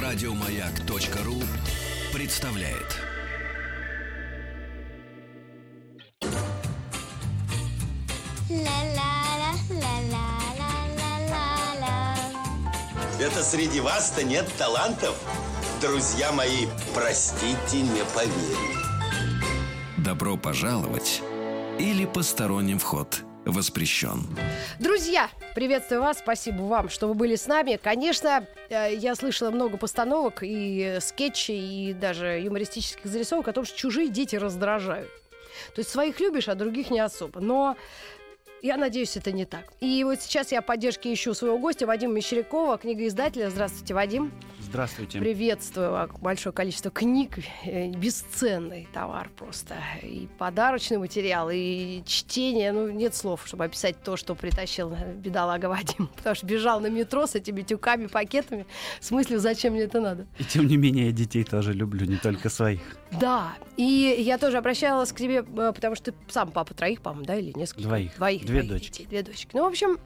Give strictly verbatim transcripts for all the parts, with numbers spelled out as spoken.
Радиомаяк.ру представляет. Это среди вас-то нет талантов? Друзья мои, простите, не поверю. Добро пожаловать или посторонним вход воспрещен. Друзья, приветствую вас, спасибо вам, что вы были с нами. Конечно, я слышала много постановок и скетчей, и даже юмористических зарисовок о том, что чужие дети раздражают. То есть своих любишь, а других не особо. Но я надеюсь, это не так. И вот сейчас я поддержки ищу своего гостя Вадима Мещерякова, книгоиздателя. Здравствуйте, Вадим. Здравствуйте. Приветствую. Большое количество книг. Бесценный товар просто. И подарочный материал, и чтение. Ну, нет слов, чтобы описать то, что притащил бедолага Вадим. Потому что бежал на метро с этими тюками, пакетами. В смысле, зачем мне это надо? И тем не менее, я детей тоже люблю, не только своих. Да. И я тоже обращалась к тебе, потому что ты сам папа троих, по-моему, да, или несколько? Двоих. Двоих. Две двоих дочки. Детей, две дочки. Ну, в общем,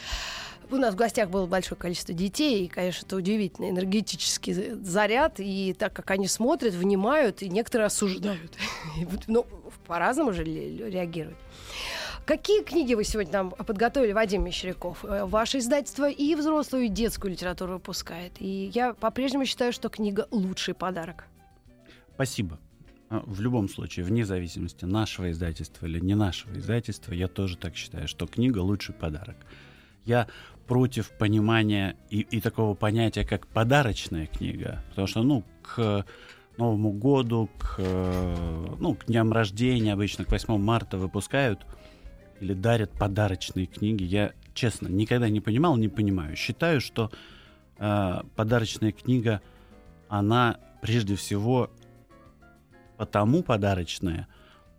у нас в гостях было большое количество детей, и, конечно, это удивительный энергетический заряд, и так как они смотрят, внимают, и некоторые осуждают. Ну, по-разному же реагируют. Какие книги вы сегодня нам подготовили, Вадим Мещеряков? Ваше издательство и взрослую, и детскую литературу выпускает. И я по-прежнему считаю, что книга — лучший подарок. Спасибо. В любом случае, вне зависимости, нашего издательства или не нашего издательства, я тоже так считаю, что книга — лучший подарок. Я против понимания и, и такого понятия, как подарочная книга, потому что, ну, к Новому году, к, ну, к дням рождения, обычно к восьмому марта выпускают или дарят подарочные книги. Я, честно, никогда не понимал, не понимаю. Считаю, что э, подарочная книга, она прежде всего потому подарочная,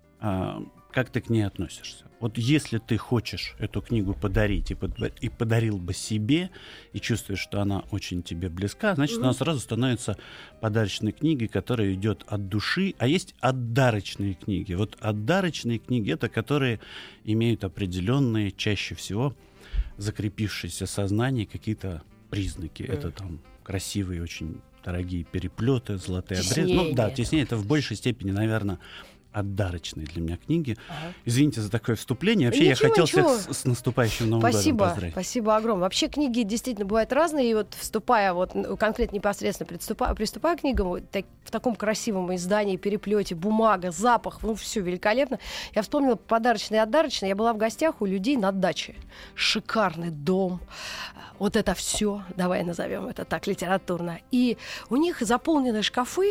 э, как ты к ней относишься. Вот если ты хочешь эту книгу подарить и, под, и подарил бы себе, и чувствуешь, что она очень тебе близка, значит, mm-hmm. она сразу становится подарочной книгой, которая идет от души. А есть отдарочные книги. Вот отдарочные книги — это которые имеют определенные, чаще всего закрепившиеся в сознании какие-то признаки. Mm-hmm. Это там красивые, очень дорогие переплеты, золотые обрезы. Ну да, теснее — это в большей степени, наверное, отдарочные для меня книги. Ага. Извините за такое вступление. Вообще, ничего, я хотел ничего. всех с, с наступающим Новым спасибо, годом поздравить. Спасибо огромное. Вообще, книги действительно бывают разные. И вот вступая, вот конкретно непосредственно приступая, приступая к книгам, вот, так, в таком красивом издании, переплете, бумага, запах, ну, все великолепно. Я вспомнила подарочные и отдарочные. Я была в гостях у людей на даче. Шикарный дом. Вот это все, давай назовем это так литературно. И у них заполнены шкафы,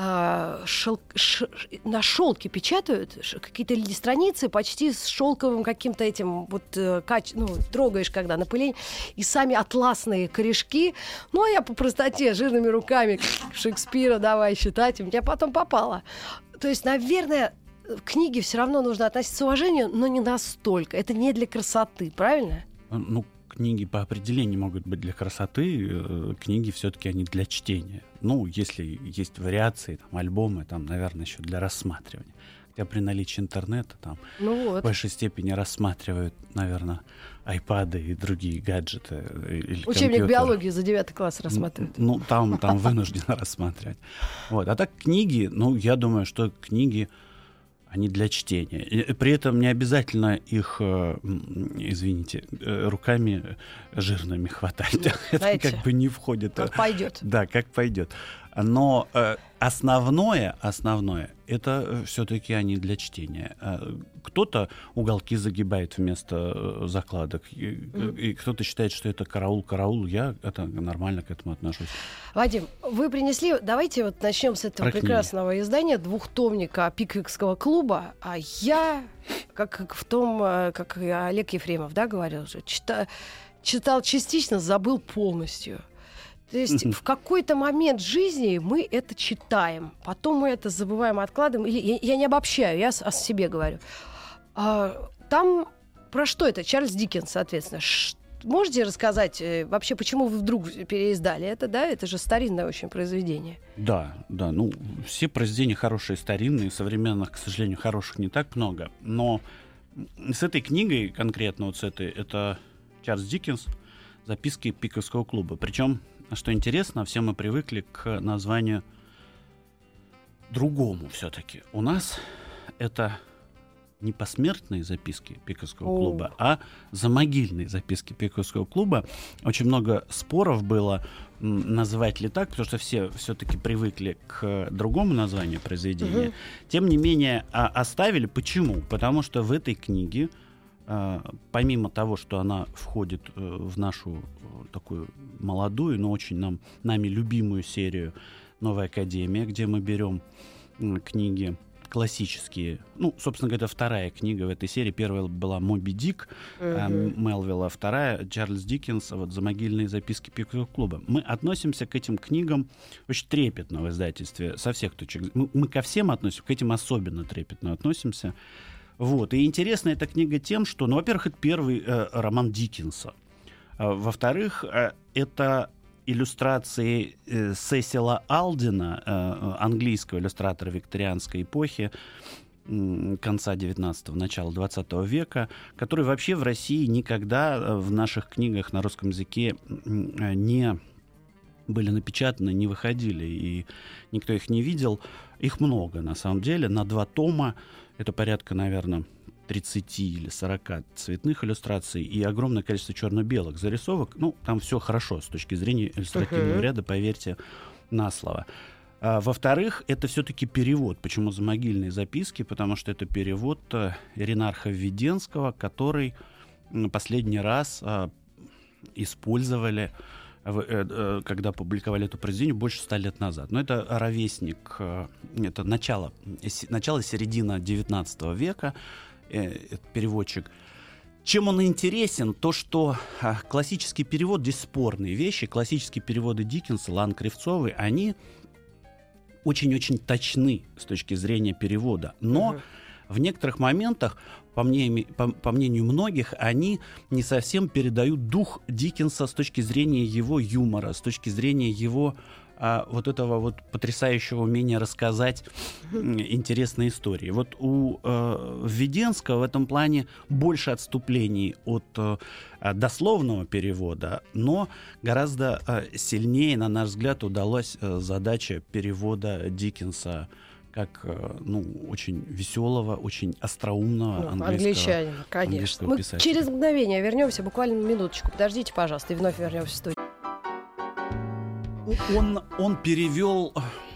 э, шел, ш, на шелке печатают какие-то страницы почти с шелковым каким-то этим, вот, э, кач, ну, трогаешь, когда напыление, и сами атласные корешки. Ну, а я по простоте, жирными руками Шекспира давай считать, и меня потом попало. То есть, наверное, к книге все равно нужно относиться с уважением, но не настолько. Это не для красоты, правильно? Ну, книги по определению могут быть для красоты, книги все-таки они для чтения. Ну, если есть вариации, там, альбомы, там, наверное, еще для рассматривания. Хотя при наличии интернета там ну вот. в большей степени рассматривают, наверное, айпады и другие гаджеты. Или учебник компьютеры. Биологии за девятый класс рассматривают. Ну, там, там вынуждены рассматривать. Вот. А так книги, ну, я думаю, что книги они для чтения. И при этом не обязательно их, э, извините, э, руками жирными хватать. Ну, это знаете, как бы не входит. Как пойдет. Да, как пойдет. Но э, основное, основное, это все-таки они для чтения. Кто-то уголки загибает вместо закладок, и, mm. и кто-то считает, что это караул, караул. Я это нормально к этому отношусь. Вадим, вы принесли, давайте вот начнем с этого Про прекрасного книги. Издания, двухтомника Пиквикского клуба. А я, как, как в том, как Олег Ефремов, да, говорил же, читал, читал частично, забыл полностью. То есть в какой-то момент жизни мы это читаем, потом мы это забываем, откладываем. Или я, я не обобщаю, я о себе говорю. А, там про что это? Чарльз Диккенс, соответственно. Ш- можете рассказать вообще, почему вы вдруг переиздали это? Да, это же старинное очень произведение. Да, да. Ну, все произведения хорошие, старинные, современных, к сожалению, хороших не так много. Но с этой книгой конкретно, вот с этой, это Чарльз Диккенс, записки Пиквикского клуба. Причем что интересно, все мы привыкли к названию другому все-таки. У нас это не посмертные записки Пиковского О. клуба, а замогильные записки Пиковского клуба. Очень много споров было, м, называть ли так, потому что все все-таки привыкли к другому названию произведения. Угу. Тем не менее, а, оставили. Почему? Потому что в этой книге, а, помимо того, что она входит э, в нашу э, такую молодую, но очень нам, нами любимую серию «Новая академия», где мы берем м, книги классические. Ну, собственно говоря, вторая книга в этой серии. Первая была «Моби Дик» э, Мелвилла, вторая Чарльз Диккенс, вот «Замогильные записки Пиковского клуба». Мы относимся к этим книгам очень трепетно в издательстве, со всех точек. Мы, мы ко всем относимся, к этим особенно трепетно относимся. Вот. И интересна эта книга тем, что, ну, во-первых, это первый э, роман Диккенса. А, во-вторых, э, это иллюстрации э, Сесила Алдена, э, английского иллюстратора викторианской эпохи, э, конца девятнадцатого, начала двадцатого века, которые вообще в России никогда в наших книгах на русском языке э, не были напечатаны, не выходили, и никто их не видел. Их много, на самом деле, на два тома. Это порядка, наверное, тридцать или сорок цветных иллюстраций и огромное количество черно-белых зарисовок. Ну, там все хорошо с точки зрения иллюстративного uh-huh. ряда, поверьте на слово. А, во-вторых, это все-таки перевод. Почему «Замогильные записки»? Потому что это перевод э, Ренарха Введенского, который последний раз э, использовали, э, э, когда публиковали это произведение, больше ста лет назад. Но это ровесник, э, это начало, начало-середина девятнадцатого века. Этот переводчик. Чем он интересен? То, что а, классический перевод, здесь спорные вещи, классические переводы Диккенса, Лан Кривцовой, они очень-очень точны с точки зрения перевода. Но uh-huh. в некоторых моментах, по мнению, по, по мнению многих, они не совсем передают дух Диккенса с точки зрения его юмора, с точки зрения его а, вот этого вот потрясающего умения рассказать интересные истории. Вот у э, Введенского в этом плане больше отступлений от э, дословного перевода, но гораздо э, сильнее, на наш взгляд, удалась э, задача перевода Диккенса как э, ну, очень веселого, очень остроумного ну, английского, англичанина, конечно. английского Мы писателя. через мгновение вернемся, буквально на минуточку. Подождите, пожалуйста, и вновь вернемся в студию. Он, он перевел...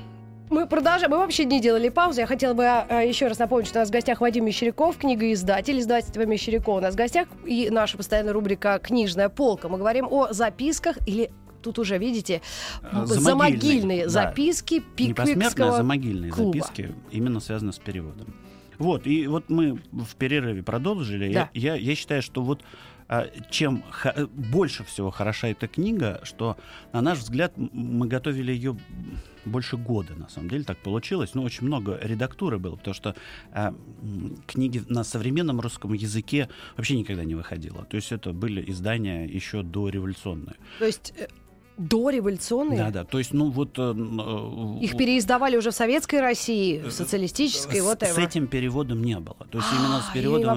Мы продолжаем. Мы вообще не делали паузу. Я хотела бы а, еще раз напомнить, что у нас в гостях Вадим Мещеряков, книгоиздатель, издательство Мещерякова. У нас в гостях и наша постоянная рубрика «Книжная полка». Мы говорим о записках или... Тут уже, видите, замогильные, замогильные да. записки Пиквикского замогильные клуба. Записки, именно связаны с переводом. Вот, и вот мы в перерыве продолжили. Да. Я, я, я считаю, что вот а, чем ха- больше всего хороша эта книга, что, на наш взгляд, мы готовили ее больше года, на самом деле, так получилось. Ну, очень много редактуры было, потому что а, книги на современном русском языке вообще никогда не выходило. То есть это были издания еще дореволюционные. То есть... Дореволюционные? Да, да. То есть, ну вот... Э, Их переиздавали уже в Советской России, в социалистической, с, вот это. С этим переводом не было. То есть а, именно с переводом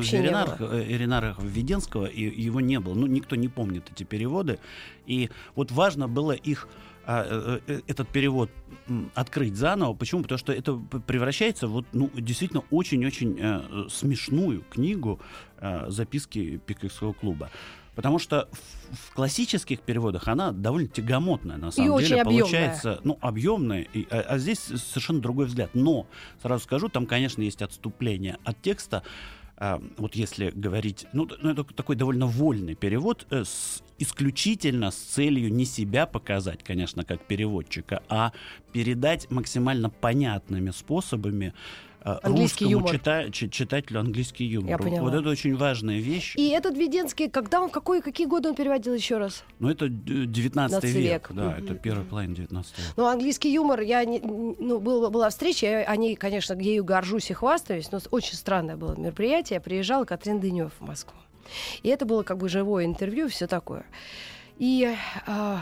Ренара Введенского его не было. Ну, никто не помнит эти переводы. И вот важно было их, а, этот перевод открыть заново. Почему? Потому что это превращается в вот, ну, действительно очень-очень э, смешную книгу э, «Записки Пиквикского клуба». Потому что в, в классических переводах она довольно тягомотная, на самом и деле. Очень получается, объемная. ну, объемная, и, а, а здесь совершенно другой взгляд. Но, сразу скажу, там, конечно, есть отступление от текста. А, вот если говорить, ну, ну, это такой довольно вольный перевод, э, с, исключительно с целью не себя показать, конечно, как переводчика, а передать максимально понятными способами английский русскому юмор. Чита- читателю английский юмор. Я поняла. Вот это очень важная вещь. И этот Введенский, когда он, какой, какие годы он переводил еще раз? Ну, это девятнадцатый век. век. Да, Угу. это первая половина девятнадцатого века. Ну, английский юмор, я не, ну, был, была встреча, я, они, конечно, ею горжусь и хвастаюсь, но очень странное было мероприятие. Я приезжала Катрин Денёв в Москву. И это было как бы живое интервью, все такое. И... Э,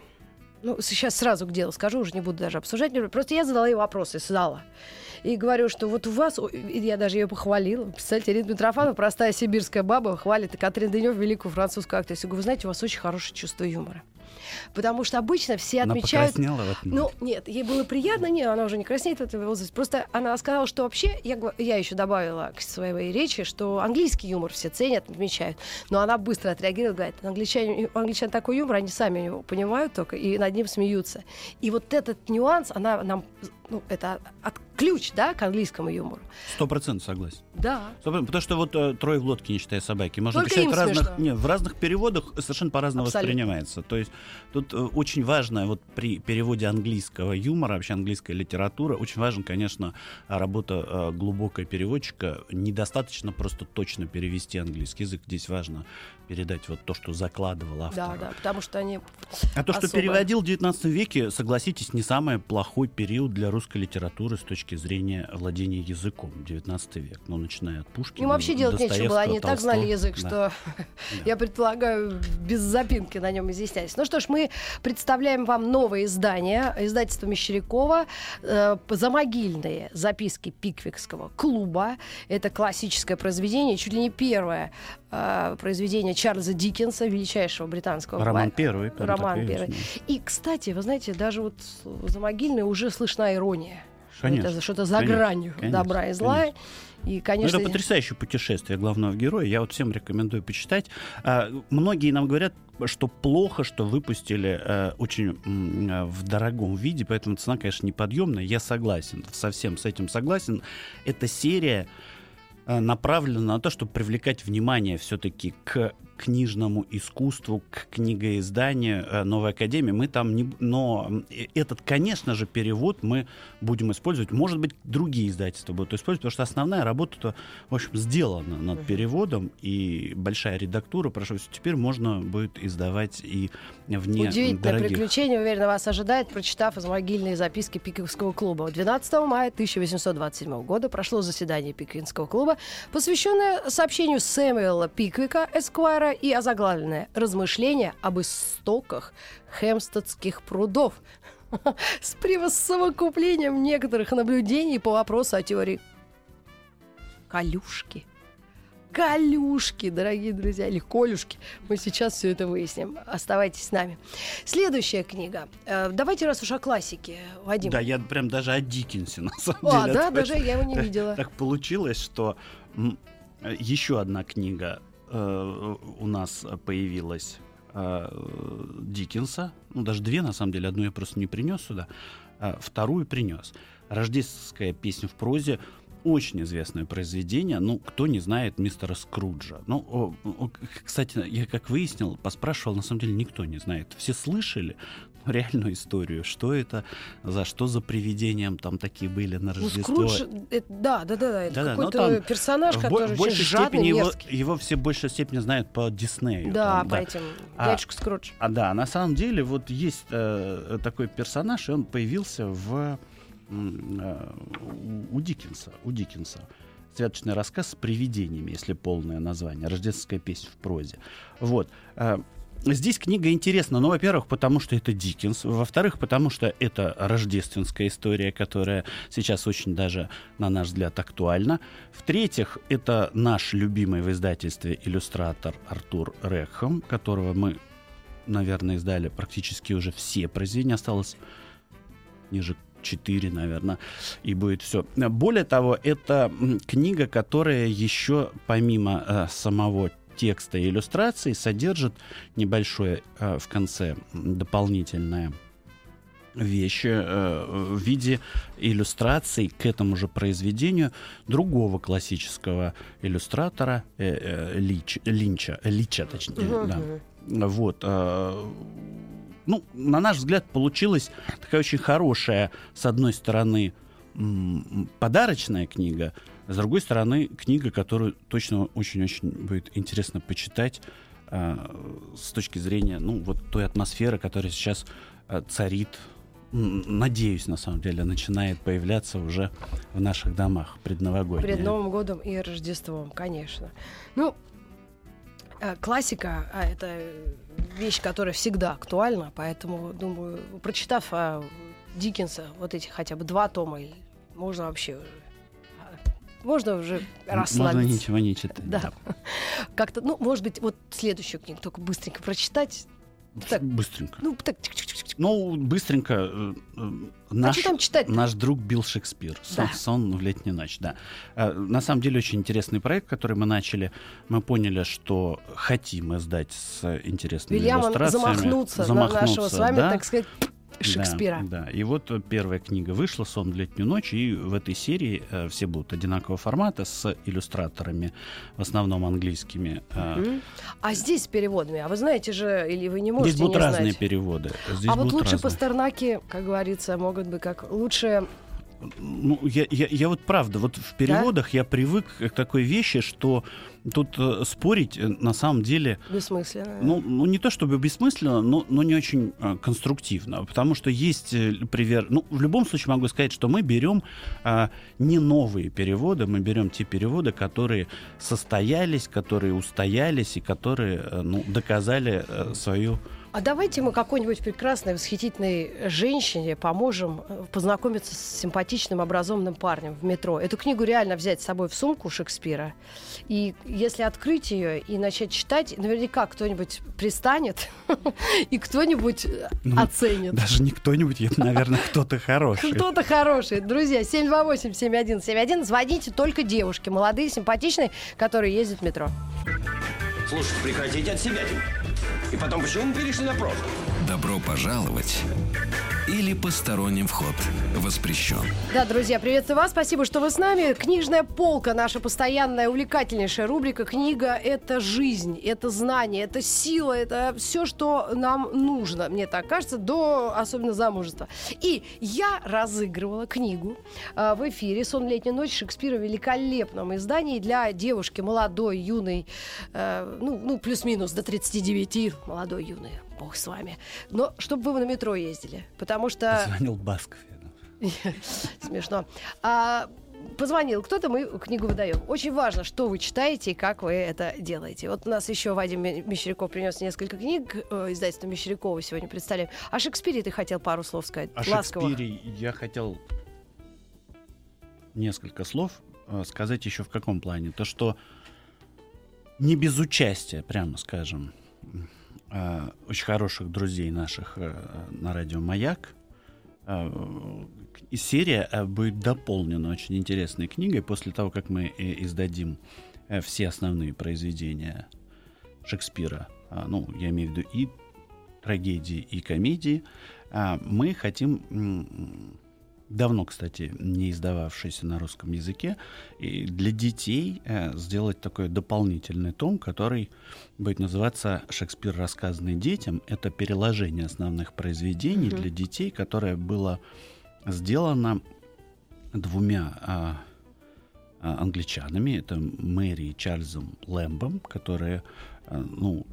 ну, сейчас сразу к делу скажу, уже не буду даже обсуждать. Просто я задала ей вопросы из зала. И говорю, что вот у вас, я даже ее похвалила, представляете, Ирина Митрофанова, простая сибирская баба, хвалит Катрин Денёв, великую французскую актрису. Я говорю, вы знаете, у вас очень хорошее чувство юмора. Потому что обычно все Она отмечают... покраснела в этом? Ну, нет, ей было приятно, нет, она уже не краснеет в этом возрасте. Просто она сказала, что вообще, я, гва- я еще добавила к своей речи, что английский юмор все ценят, отмечают. Но она быстро отреагировала, говорит, англичане, у англичан такой юмор, они сами его понимают только и над ним смеются. И вот этот нюанс, она нам... Ну, это от, ключ, да, к английскому юмору. Сто процентов согласен. Да. сто процентов. Потому что вот э, «Трое в лодке, не считая собаки» можно Только писать им в разных, смешно. не, в разных переводах, совершенно по-разному Абсолютно. воспринимается. То есть тут э, очень важно вот при переводе английского юмора, вообще английская литература, очень важна, конечно, работа э, глубокого переводчика. Недостаточно просто точно перевести английский язык. Здесь важно передать вот то, что закладывал автор. Да, да, потому что они... А то, что особо. переводил в девятнадцатом веке, согласитесь, не самый плохой период для русской литературы с точки зрения владения языком. девятнадцатый век, ну, начиная от Пушкина. Им вообще делать нечего было, они и так знали язык, да. что, я предполагаю, без запинки на нем изъяснялись. Ну что ж, мы представляем вам новое издание, издательство Мещерякова, э, «Замогильные записки Пиквикского клуба». Это классическое произведение, чуть ли не первое э, произведение Чарльза Диккенса, величайшего британского Роман поэта. первый. Роман такой, первый. конечно. И, кстати, вы знаете, даже вот в «Замогильной» уже слышна ирония. Конечно, Это что-то за конечно, гранью конечно, добра и зла. конечно. И, Ну, конечно, это потрясающее путешествие главного героя. Я вот всем рекомендую почитать. А, многие нам говорят, что плохо, что выпустили а, очень м, а, в дорогом виде, поэтому цена, конечно, неподъемная. Я согласен, совсем с этим согласен. Эта серия а, направлена на то, чтобы привлекать внимание все-таки к книжному искусству, к книгоизданию э, Новой Академии. Мы там не... Но этот, конечно же, перевод мы будем использовать. Может быть, другие издательства будут использовать, потому что основная работа-то, в общем, сделана над uh-huh. переводом, и большая редактура, прошу, теперь можно будет издавать и вне Удивительное дорогих. приключение, уверенно, вас ожидает, прочитав «Замогильные записки Пиквикского клуба». двенадцатого мая тысяча восемьсот двадцать седьмого года прошло заседание Пиквикского клуба, посвященное сообщению Сэмюэла Пиквика, эсквайра, и озаглавленное «Размышления об истоках Хэмпстедских прудов» с превосовокуплением некоторых наблюдений по вопросу о теории колюшки. Колюшки, дорогие друзья, или колюшки. Мы сейчас все это выясним. Оставайтесь с нами. Следующая книга. Э, давайте, раз уж о классике, Вадим. Да, я прям даже о Диккенсе, на самом а, деле. да, То даже есть, я его не видела. Так получилось, что м, еще одна книга э, у нас появилась э, Диккенса. Ну, даже две, на самом деле. Одну я просто не принес сюда, а вторую принес. «Рождественская песня в прозе». Очень известное произведение. Ну, кто не знает мистера Скруджа? Ну, о, о, кстати, я как выяснил, поспрашивал, на самом деле никто не знает. Все слышали реальную историю, что это, за что за привидением там такие были на Рождество. Ну, Скрудж, это, да, да, да, это Да-да, какой-то ну, там персонаж, в который в большей очень жадный, степени его, мерзкий. его все в большей степени знают по Диснею. Да, там, по да. этим. А, Дядюшка Скрудж. А да, на самом деле вот есть э, такой персонаж, и он появился в, э, у, у Диккенса. У Диккенса. Святочный рассказ с привидениями, если полное название. «Рождественская песня в прозе». Вот. Здесь книга интересна, ну, во-первых, потому что это Диккенс, во-вторых, потому что это рождественская история, которая сейчас очень даже, на наш взгляд, актуальна. В-третьих, это наш любимый в издательстве иллюстратор Артур Рекхэм, которого мы, наверное, издали практически уже все произведения. Осталось ниже четыре, наверное, и будет все. Более того, это книга, которая еще помимо э, самого текста и иллюстрации содержит небольшое э, в конце дополнительное вещи э, в виде иллюстраций к этому же произведению другого классического иллюстратора э, э, Лич, Линча, Лича, точнее, uh-huh. да. Вот. Э, ну, на наш взгляд, получилась такая очень хорошая, с одной стороны, м- подарочная книга, с другой стороны, книга, которую точно очень-очень будет интересно почитать э, с точки зрения, ну, вот той атмосферы, которая сейчас э, царит, надеюсь, на самом деле, начинает появляться уже в наших домах предновогодние. Перед Новым годом и Рождеством, конечно. Ну, э, классика, а это вещь, которая всегда актуальна, поэтому, думаю, прочитав э, Диккенса, вот эти хотя бы два тома, можно вообще... Можно уже расслабиться. Можно ничего не читать. Да. Да. Как-то, ну, может быть, вот следующую книгу только быстренько прочитать. Так, быстренько. Ну, так... Ну, быстренько. Э, э, наш, а что там читать? Наш друг Билл Шекспир. Сон, Да. сон в летнюю ночь, да. Э, на самом деле очень интересный проект, который мы начали. Мы поняли, что хотим издать с интересными Вильямом иллюстрациями. замахнуться, замахнуться на нашего с вами, да. так сказать, Шекспира. Да, да. И вот первая книга вышла «Сон в летнюю ночь», и в этой серии э, все будут одинакового формата с иллюстраторами, в основном английскими. Э. Mm-hmm. А здесь с переводами? А вы знаете же, или вы не можете Здесь будут не разные знать? переводы. Здесь а вот будут лучше разные. Пастернаки, как говорится, могут быть как лучше... Ну, я, я, я вот правда, вот в переводах да? я привык к такой вещи, что тут э, спорить э, на самом деле... Бессмысленно. Ну, ну, не то чтобы бессмысленно, но, но не очень э, конструктивно. Потому что есть э, пример... Ну, в любом случае могу сказать, что мы берем э, не новые переводы, мы берем те переводы, которые состоялись, которые устоялись и которые э, ну, доказали э, свою... А давайте мы какой-нибудь прекрасной, восхитительной женщине поможем познакомиться с симпатичным, образованным парнем в метро. Эту книгу реально взять с собой в сумку Шекспира. И если открыть ее и начать читать, наверняка кто-нибудь пристанет и кто-нибудь оценит. Даже не кто-нибудь, это, наверное, кто-то хороший. Кто-то хороший. Друзья, семь два восемь семь один семь один. Звоните только девушки, молодые, симпатичные, которые ездят в метро. Слушай, прекратите от себя. И потом, почему мы перешли на проф? Добро пожаловать или посторонним вход воспрещен. Да, друзья, приветствую вас. Спасибо, что вы с нами. Книжная полка, наша постоянная, увлекательнейшая рубрика. Книга — это жизнь, это знание, это сила, это все, что нам нужно, мне так кажется, до особенно замужества. И я разыгрывала книгу э, в эфире «Сон в летнюю ночь» Шекспира в великолепном издании для девушки молодой, юной, э, ну, ну плюс-минус до тридцати девяти, молодой, юной. Бог с вами. Но чтобы вы на метро ездили. Потому что... Звонил Басков. Смешно. А, позвонил кто-то, мы книгу выдаем. Очень важно, что вы читаете и как вы это делаете. Вот у нас еще Вадим Мещеряков принес несколько книг. Издательство Мещерякова сегодня представляем. О Шекспире ты хотел пару слов сказать? О Ласково. Шекспире я хотел несколько слов сказать еще в каком плане. То, что не без участия, прямо скажем, очень хороших друзей наших на радио «Маяк», серия будет дополнена очень интересной книгой после того, как мы издадим все основные произведения Шекспира. Ну, я имею в виду и трагедии, и комедии. Мы хотим... давно, кстати, не издававшийся на русском языке, и для детей э, сделать такой дополнительный том, который будет называться «Шекспир, рассказанный детям». Это переложение основных произведений mm-hmm. для детей, которое было сделано двумя а, а, англичанами. Это Мэри и Чарльзом Лэмбом, которые, а, ну,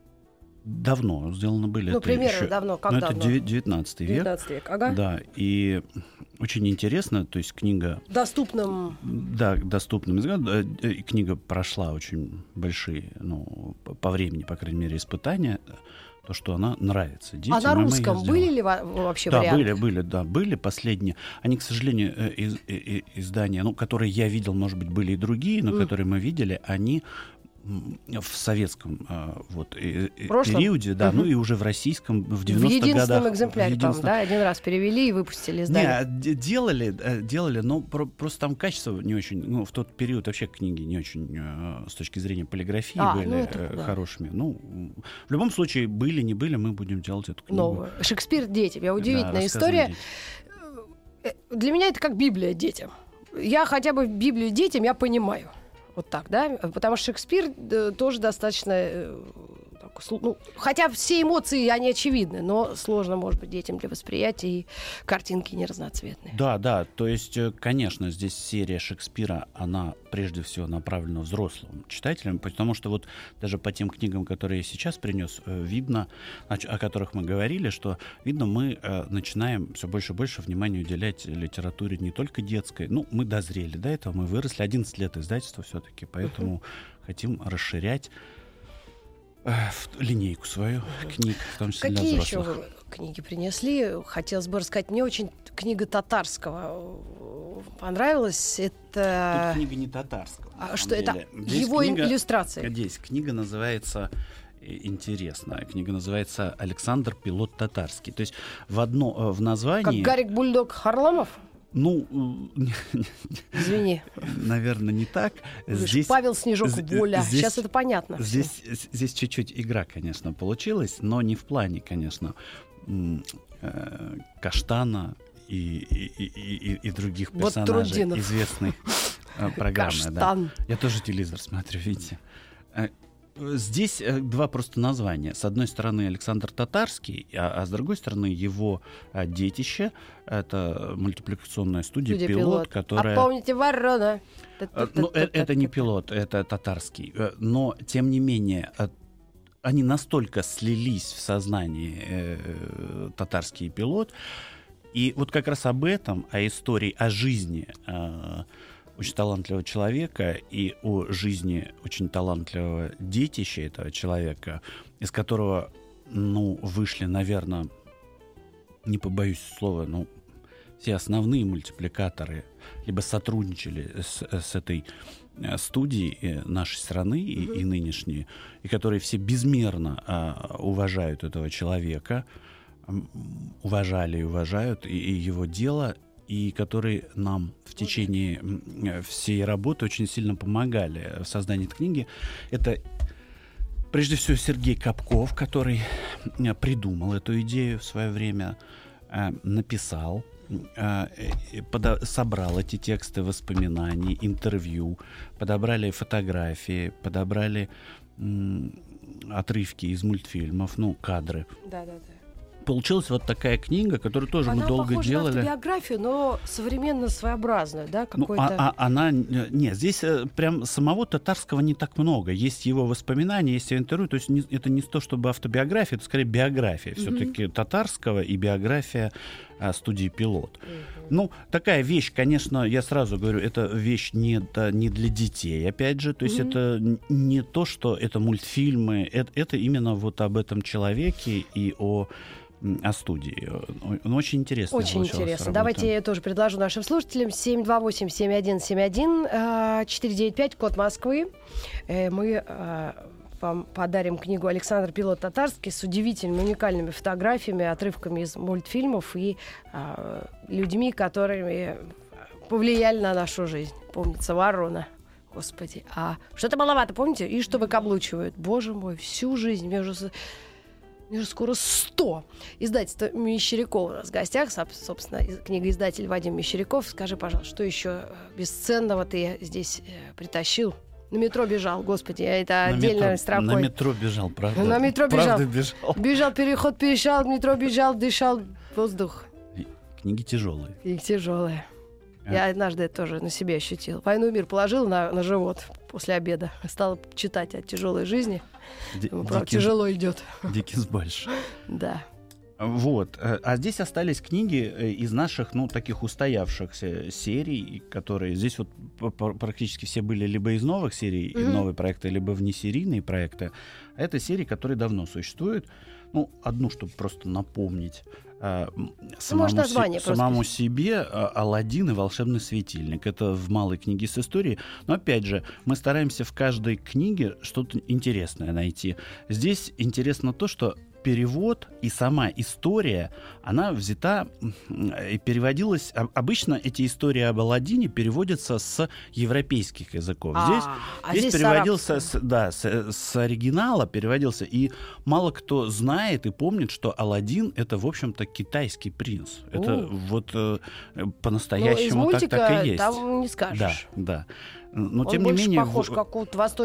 давно сделаны были. Ну, это примерно еще, давно. Как ну, давно? Это девятнадцатый век. девятнадцатый век, ага. Да, и очень интересно, то есть книга... Доступным... Да, доступным языком. Книга прошла очень большие, ну, по времени, по крайней мере, испытания. То, что она нравится детям. А на русском были ли вообще да, варианты? Да, были, были, да, были последние. Они, к сожалению, из, из, издания, ну, которые я видел, может быть, были и другие, но mm. которые мы видели, они в советском вот, периоде, да, uh-huh. ну и уже в российском, в девяностых годах. В единственном экземпляре, там, да, один раз перевели и выпустили, издали. Не, делали, делали, но про- просто там качество не очень, ну, в тот период вообще книги не очень с точки зрения полиграфии а, были ну это, да. хорошими. Ну, в любом случае, были, не были, мы будем делать эту книгу. Новую. Шекспир детям. Я удивительная да, история. Детям. Для меня это как Библия детям. Я хотя бы Библию детям я понимаю. Вот так, да? Потому что Шекспир э, тоже достаточно... Э, так, ну, хотя все эмоции, они очевидны, но сложно, может быть, детям для восприятия, и картинки не разноцветные. Да, да, то есть, конечно, здесь серия Шекспира, она прежде всего направлена взрослым читателям, потому что вот даже по тем книгам, которые я сейчас принес, видно, о которых мы говорили, что, видно, мы э, начинаем все больше и больше внимания уделять литературе не только детской, ну, мы дозрели до этого, мы выросли, одиннадцать лет издательства все-таки, поэтому uh-huh. хотим расширять линейку свою книг, в том числе Какие для взрослых. Какие еще вы книги принесли? Хотелось бы рассказать. Мне очень книга татарского понравилась. Это... Тут книга не татарского. А что деле. это? Здесь Его книга, иллюстрации. Здесь книга называется интересная. Книга называется «Александр Пилот Татарский». То есть в, одно, в названии... Как Гарик Бульдог Харламов? Ну, извини. Наверное, не так. Здесь, Павел Снежок Воля. Здесь, Сейчас это понятно. Здесь, здесь чуть-чуть игра, конечно, получилась, но не в плане, конечно, Каштана и, и, и, и других персонажей вот известной программы. Да. Я тоже телевизор смотрю, видите. Здесь два просто названия. С одной стороны Александр Татарский, а, а с другой стороны его а, детище. Это мультипликационная студия, студия «Пилот», «Пилот», которая... А помните «Ворона»? Ну, это не «Пилот», это Татарский. Но, тем не менее, они настолько слились в сознании э, Татарский и «Пилот». И вот как раз об этом, о истории, о жизни э, очень талантливого человека и о жизни очень талантливого детища этого человека, из которого, ну, вышли, наверное, не побоюсь слова, ну, все основные мультипликаторы либо сотрудничали с, с этой студией нашей страны и, mm-hmm. и нынешней, и которые все безмерно а, уважают этого человека, уважали и уважают и, и его дело, и которые нам в течение всей работы очень сильно помогали в создании этой книги. Это, прежде всего, Сергей Капков, который придумал эту идею в свое время, написал, собрал эти тексты воспоминаний, интервью, подобрали фотографии, подобрали отрывки из мультфильмов, ну, кадры. Да-да-да. Получилась вот такая книга, которую тоже она мы долго похожа делали. Она похожа на автобиографию, но современно своеобразную, да? Ну, а, а, она... Нет, здесь прям самого Татарского не так много. Есть его воспоминания, есть его интервью. То есть не, это не то, чтобы автобиография, это скорее биография. Mm-hmm. Все-таки Татарского и биография а, студии «Пилот». Mm-hmm. Ну, такая вещь, конечно, я сразу говорю, это вещь не, да, не для детей, опять же. То есть mm-hmm. это не то, что это мультфильмы. Это, это именно вот об этом человеке и о... о студии. Ну, очень интересно. Очень интересно. Работа. Давайте я тоже предложу нашим слушателям. семь два восемь семь один семь один четыре девять пять, код Москвы. Мы вам подарим книгу «Александр Пилот Татарский» с удивительными, уникальными фотографиями, отрывками из мультфильмов и людьми, которыми повлияли на нашу жизнь. Помнится «Ворона». Господи, а что-то маловато, помните? И что выкаблучивают. Боже мой, всю жизнь. Мне уже... Мне уже скоро сто. Издательство Мещерякова у нас в гостях. Собственно, книгоиздатель Вадим Мещеряков. Скажи, пожалуйста, что еще бесценного ты здесь э, притащил? На метро бежал, господи, это на отдельная метро, строкой. На метро бежал, правда? На метро бежал. Правда бежал. Бежал, переход перешел, метро бежал, дышал воздух. Книги тяжелые. Книги тяжелые. А? Я однажды это тоже на себе ощутил. «Войну и мир» положил на, на живот после обеда. Стала читать о тяжелой жизни. Д- Думаю, правда, Диккенс, тяжело идет. Диккенс больше. Да. Вот. А здесь остались книги из наших, ну, таких устоявшихся серий, которые здесь вот практически все были либо из новых серий, mm-hmm. новые проекты, либо внесерийные проекты. А это серии, которые давно существуют. Ну, одну, чтобы просто напомнить самому, ну, се- самому себе, «Аладдин и волшебный светильник». Это в малой книге с историей. Но, опять же, мы стараемся в каждой книге что-то интересное найти. Здесь интересно то, что перевод и сама история, она взята и переводилась... Обычно эти истории об Аладдине переводятся с европейских языков. А, здесь а здесь, здесь переводился с, да, с, с оригинала, переводился, и мало кто знает и помнит, что Аладдин — это, в общем-то, китайский принц. Это У. вот э, по-настоящему так, так и есть. Там не скажешь. Да, да. Но, Он тем больше не менее, похож в... как у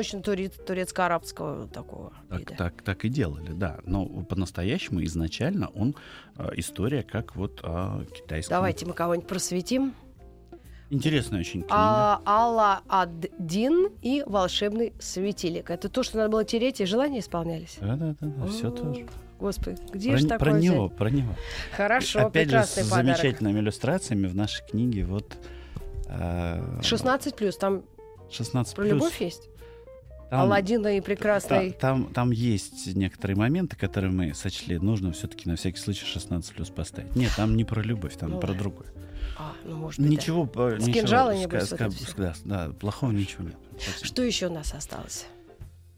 восточно-турецко-арабского такого. Так, так, так и делали, да. Но по-настоящему изначально он э, история как вот о китайском. Давайте мы кого-нибудь просветим. Интересная очень книга. А, Аладдин и волшебный светильник. Это то, что надо было тереть, и желания исполнялись. Да, да, да, да, все тоже. Господи, где про, же такое про него, взять? про него. Хорошо, опять прекрасный же, с подарок. замечательными иллюстрациями в нашей книге вот. Э, шестнадцать плюс, там шестнадцать про плюс. любовь есть? Там, Аладдина и прекрасный. Там, там, там есть некоторые моменты, которые мы сочли нужно все-таки на всякий случай шестнадцать плюс поставить. Нет, там не про любовь, там ну, про другое. А, ну, может быть, ничего, да. ничего, С кинжала не будет. ска- ска- да, да, плохого ничего нет. Что еще у нас осталось?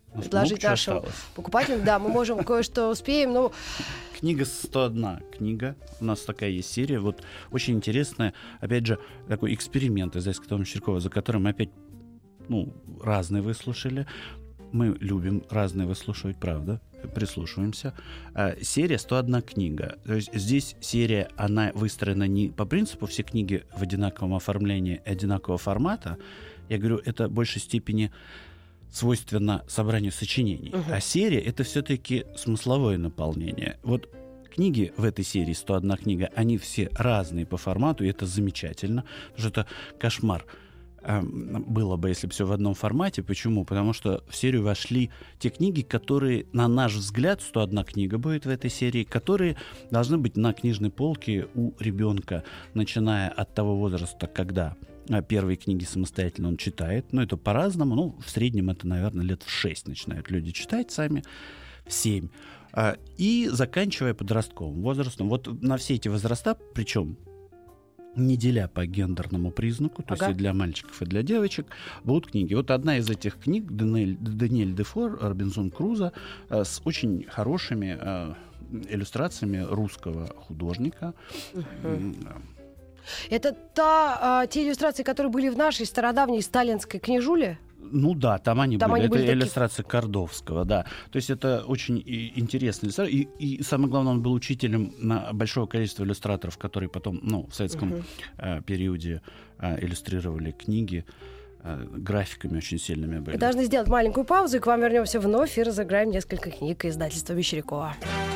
предложить нашим осталось. покупателям. Да, мы можем кое-что успеем. Ну... Книга сто одна книга. У нас такая есть серия. Вот очень интересная. Опять же, такой эксперимент издательского Мещерякова, за которым мы опять ну, разные выслушали. Мы любим разные выслушивать, правда. Прислушиваемся. А, серия сто одна книга. То есть здесь серия, она выстроена не по принципу все книги в одинаковом оформлении, одинакового формата. Я говорю, это в большей степени свойственно собранию сочинений. Uh-huh. А серия — это все-таки смысловое наполнение. Вот книги в этой серии сто одна книга, они все разные по формату, и это замечательно, потому что это кошмар э, было бы, если бы все в одном формате. Почему? Потому что в серию вошли те книги, которые, на наш взгляд, сто одна книга будет в этой серии, которые должны быть на книжной полке у ребенка, начиная от того возраста, когда первые книги самостоятельно он читает. Ну, это по-разному. Ну, в среднем это, наверное, лет в шесть начинают люди читать сами, в семь. И заканчивая подростковым возрастом. Вот на все эти возраста, причем не деля по гендерному признаку, то ага. есть и для мальчиков, и для девочек, будут книги. Вот одна из этих книг, Даниэль, Даниэль Дефор, «Робинзон Крузо», с очень хорошими иллюстрациями русского художника. Uh-huh. Это та, а, те иллюстрации, которые были в нашей стародавней сталинской книжуле? Ну да, там они там были. Они это были иллюстрация такие... Кордовского, да. То есть это очень интересный иллюстратор. И, и самое главное, он был учителем на большого количества иллюстраторов, которые потом ну, в советском uh-huh. э, периоде э, иллюстрировали книги. Э, графиками очень сильными были. Мы должны сделать маленькую паузу, и к вам вернемся вновь и разыграем несколько книг издательства Мещерякова.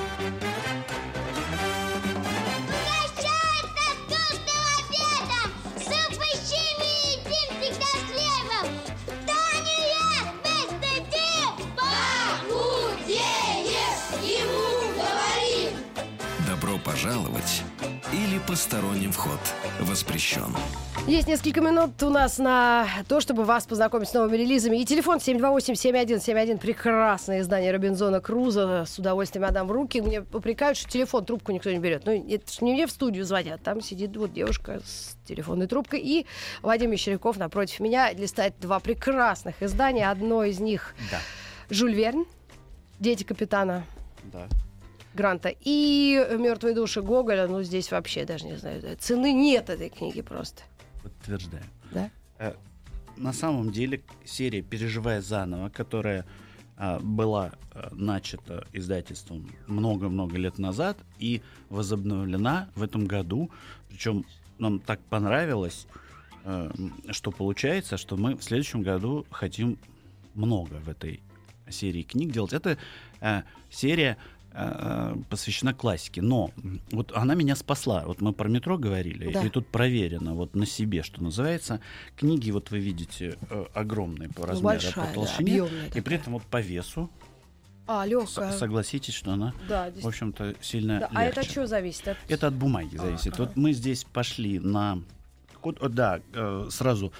Пожаловать или посторонним вход воспрещен. Есть несколько минут у нас на то, чтобы вас познакомить с новыми релизами. И телефон семь два восемь семь один семь один. Прекрасное издание Робинзона Крузо. С удовольствием отдам в руки. Мне попрекают, что телефон, трубку никто не берет. Ну, это ж не мне в студию звонят. Там сидит вот девушка с телефонной трубкой. И Вадим Мещеряков напротив меня листает два прекрасных издания. Одно из них да. Жюль Верн, «Дети капитана». Да. Гранта. И «Мертвые души» Гоголя. Ну, здесь вообще даже не знаю. Цены нет этой книги просто. Подтверждаю. Да? Э, на самом деле серия «Переживая заново», которая э, была э, начата издательством много-много лет назад и возобновлена в этом году. Причем нам так понравилось, э, что получается, что мы в следующем году хотим много в этой серии книг делать. Это э, серия посвящена классике. Но вот она меня спасла. Вот мы про метро говорили, да. и тут проверено вот на себе, что называется. Книги, вот вы видите, огромные по размеру, большая, по толщине, да, и такая. При этом вот по весу. А, легкая. Согласитесь, что она, да, в общем-то, сильно да. легче. А это от чего зависит? От... Это от бумаги а, зависит. Ага. Вот мы здесь пошли на... Да, сразу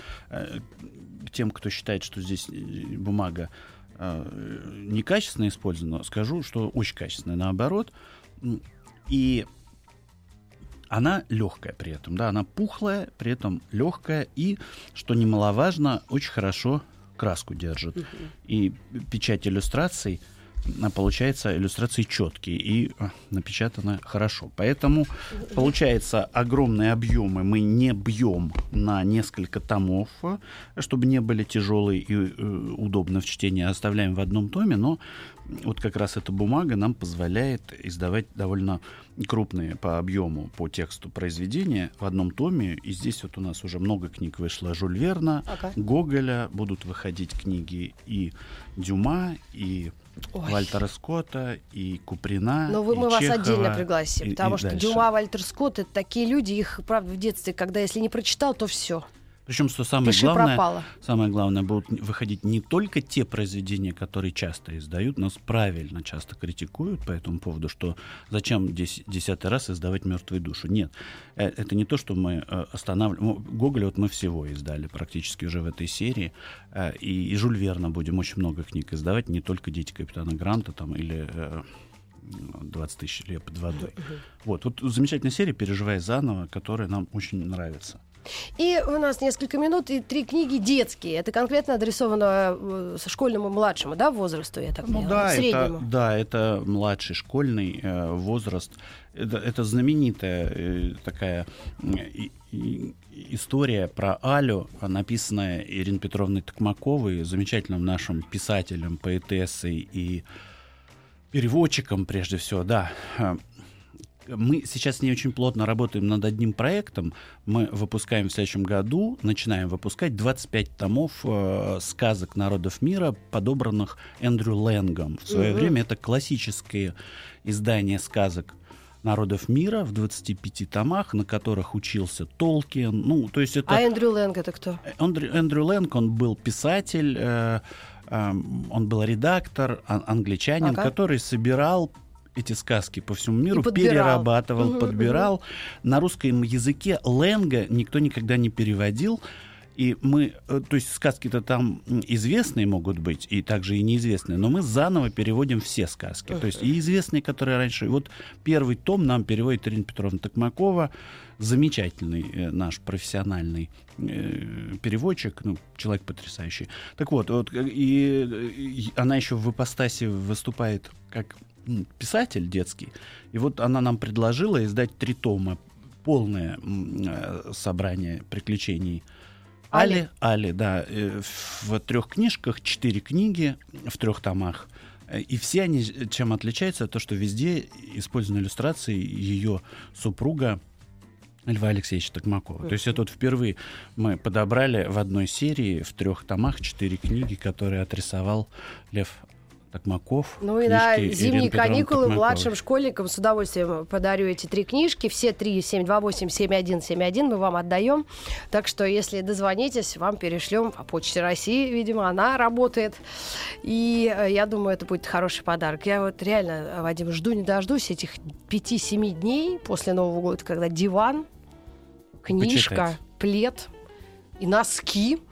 к тем, кто считает, что здесь бумага некачественно использована, скажу, что очень качественная, наоборот. И она легкая при этом, да, она пухлая, при этом легкая и, что немаловажно, очень хорошо краску держит. Uh-huh. И печать иллюстраций, получается, иллюстрации четкие и напечатаны хорошо. Поэтому, получается, огромные объемы мы не бьем на несколько томов, чтобы не были тяжелые и э, удобно в чтении, оставляем в одном томе, но вот как раз эта бумага нам позволяет издавать довольно крупные по объему, по тексту произведения в одном томе. И здесь вот у нас уже много книг вышло Жюль Верна, ага. Гоголя, будут выходить книги и Дюма, и Ой. Вальтера Скотта, и Куприна, но вы, и мы Чехова, вас отдельно пригласим, и, потому и что дальше. Дюма, Вальтер Скотт — это такие люди, их, правда, в детстве, когда если не прочитал, то все. Причем, что самое Пиши главное, пропало. самое главное, будут выходить не только те произведения, которые часто издают, нас правильно часто критикуют по этому поводу, что зачем дес- десятый раз издавать «Мертвую душу». Нет, это не то, что мы останавливаем. Гоголя вот мы всего издали практически уже в этой серии, и, и Жюль Верна будем очень много книг издавать, не только «Дети капитана Гранта» там, или «двадцать тысяч лет под водой». Uh-huh. Вот, вот замечательная серия «Переживая заново», которая нам очень нравится. И у нас несколько минут и три книги детские. Это конкретно адресовано э, школьному младшему, да, возрасту, я так Ну поняла, да, среднему. это, да, это младший школьный э, возраст. Это, это знаменитая э, такая э, и, история про Алю, написанная Ириной Петровной Токмаковой, замечательным нашим писателем, поэтессой и переводчиком, прежде всего, да. Мы сейчас с ней очень плотно работаем над одним проектом. Мы выпускаем в следующем году, начинаем выпускать двадцать пять томов э, сказок народов мира, подобранных Эндрю Лэнгом. В свое mm-hmm. время это классические издания сказок народов мира в двадцати пяти томах, на которых учился Толкин. Ну, то есть это... А Эндрю Лэнг это кто? Эндрю, Эндрю Лэнг, он был писатель, э, э, он был редактор, ан- англичанин, ага. который собирал эти сказки по всему миру, подбирал. перерабатывал, угу, подбирал. Угу. На русском языке Лэнга никто никогда не переводил. И мы, то есть сказки-то там известные могут быть, и также и неизвестные, но мы заново переводим все сказки. Uh-huh. То есть и известные, которые раньше... Вот первый том нам переводит Ирина Петровна Токмакова, замечательный э, наш профессиональный э, переводчик, ну, человек потрясающий. Так вот, вот и, и она еще в ипостаси выступает как писатель детский. И вот она нам предложила издать три тома, полное э, собрание приключений Али. Али, Али, да. Э, в трех книжках, четыре книги в трех томах. И все они чем отличаются, то, что везде использованы иллюстрации ее супруга Льва Алексеевича Токмакова. Mm-hmm. То есть это вот впервые мы подобрали в одной серии в трех томах четыре книги, которые отрисовал Лев Токмаков. Ну и на зимние каникулы младшим школьникам с удовольствием подарю эти три книжки. Все три семь два восемь семь один семь один мы вам отдаем. Так что, если дозвонитесь, вам перешлем по Почте России. Видимо, она работает. И я думаю, это будет хороший подарок. Я вот реально, Вадим, жду не дождусь этих пяти-семи дней после Нового года, когда диван, книжка, почитать, плед и носки.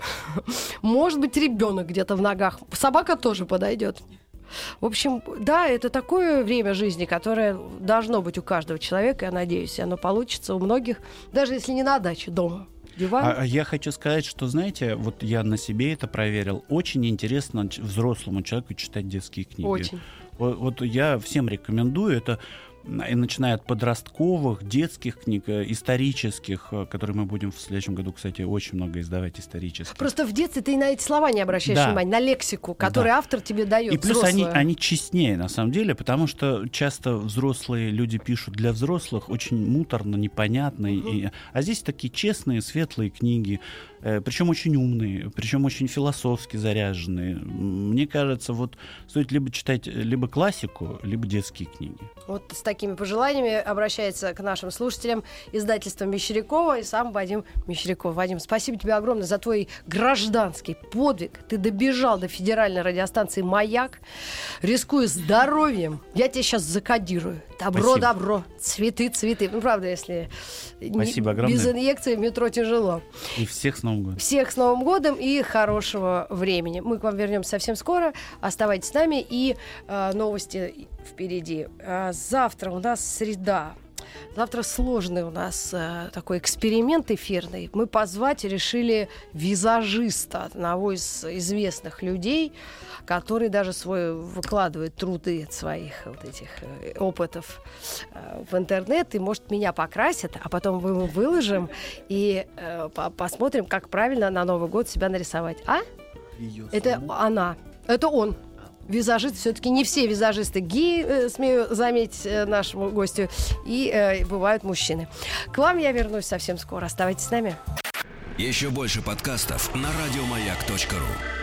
Может быть, ребенок где-то в ногах. Собака тоже подойдет. В общем, да, это такое время жизни, которое должно быть у каждого человека, я надеюсь, оно получится у многих, даже если не на даче, дома. Диван. А, я хочу сказать, что, знаете, вот я на себе это проверил. Очень интересно взрослому человеку читать детские книги. Очень. Вот, вот я всем рекомендую. Это и начиная от подростковых, детских книг, исторических, которые мы будем в следующем году, кстати, очень много издавать исторических. Просто в детстве ты на эти слова не обращаешь да. внимания, на лексику, которую да. автор тебе дает. И плюс они, они честнее, на самом деле, потому что часто взрослые люди пишут для взрослых очень муторно, непонятно. Угу. И, а здесь такие честные, светлые книги, э, причем очень умные, причем очень философски заряженные. Мне кажется, вот стоит либо читать либо классику, либо детские книги. Вот с такими пожеланиями обращается к нашим слушателям издательство Мещерякова и сам Вадим Мещеряков. Вадим, спасибо тебе огромное за твой гражданский подвиг. Ты добежал до федеральной радиостанции «Маяк», рискуя здоровьем. Я тебя сейчас закодирую. Добро, спасибо. Добро, цветы, цветы. Ну, правда, если спасибо не, без инъекции в метро тяжело. И всех с Новым годом. Всех с Новым годом и хорошего времени. Мы к вам вернемся совсем скоро. Оставайтесь с нами. И э, новости впереди. А завтра у нас среда. Завтра сложный у нас э, такой эксперимент эфирный. Мы позвать решили визажиста, одного из известных людей, который даже свой выкладывает труды своих вот этих э, опытов э, в интернет. И, может, меня покрасят, а потом мы выложим и э, по- посмотрим, как правильно на Новый год себя нарисовать. А? Её Это саму? Она. Это он. Визажист, все-таки не все визажисты геи, э, смею заметить э, нашему гостю, и э, бывают мужчины. К вам я вернусь совсем скоро. Оставайтесь с нами. Еще больше подкастов на радиомаяк точка ру.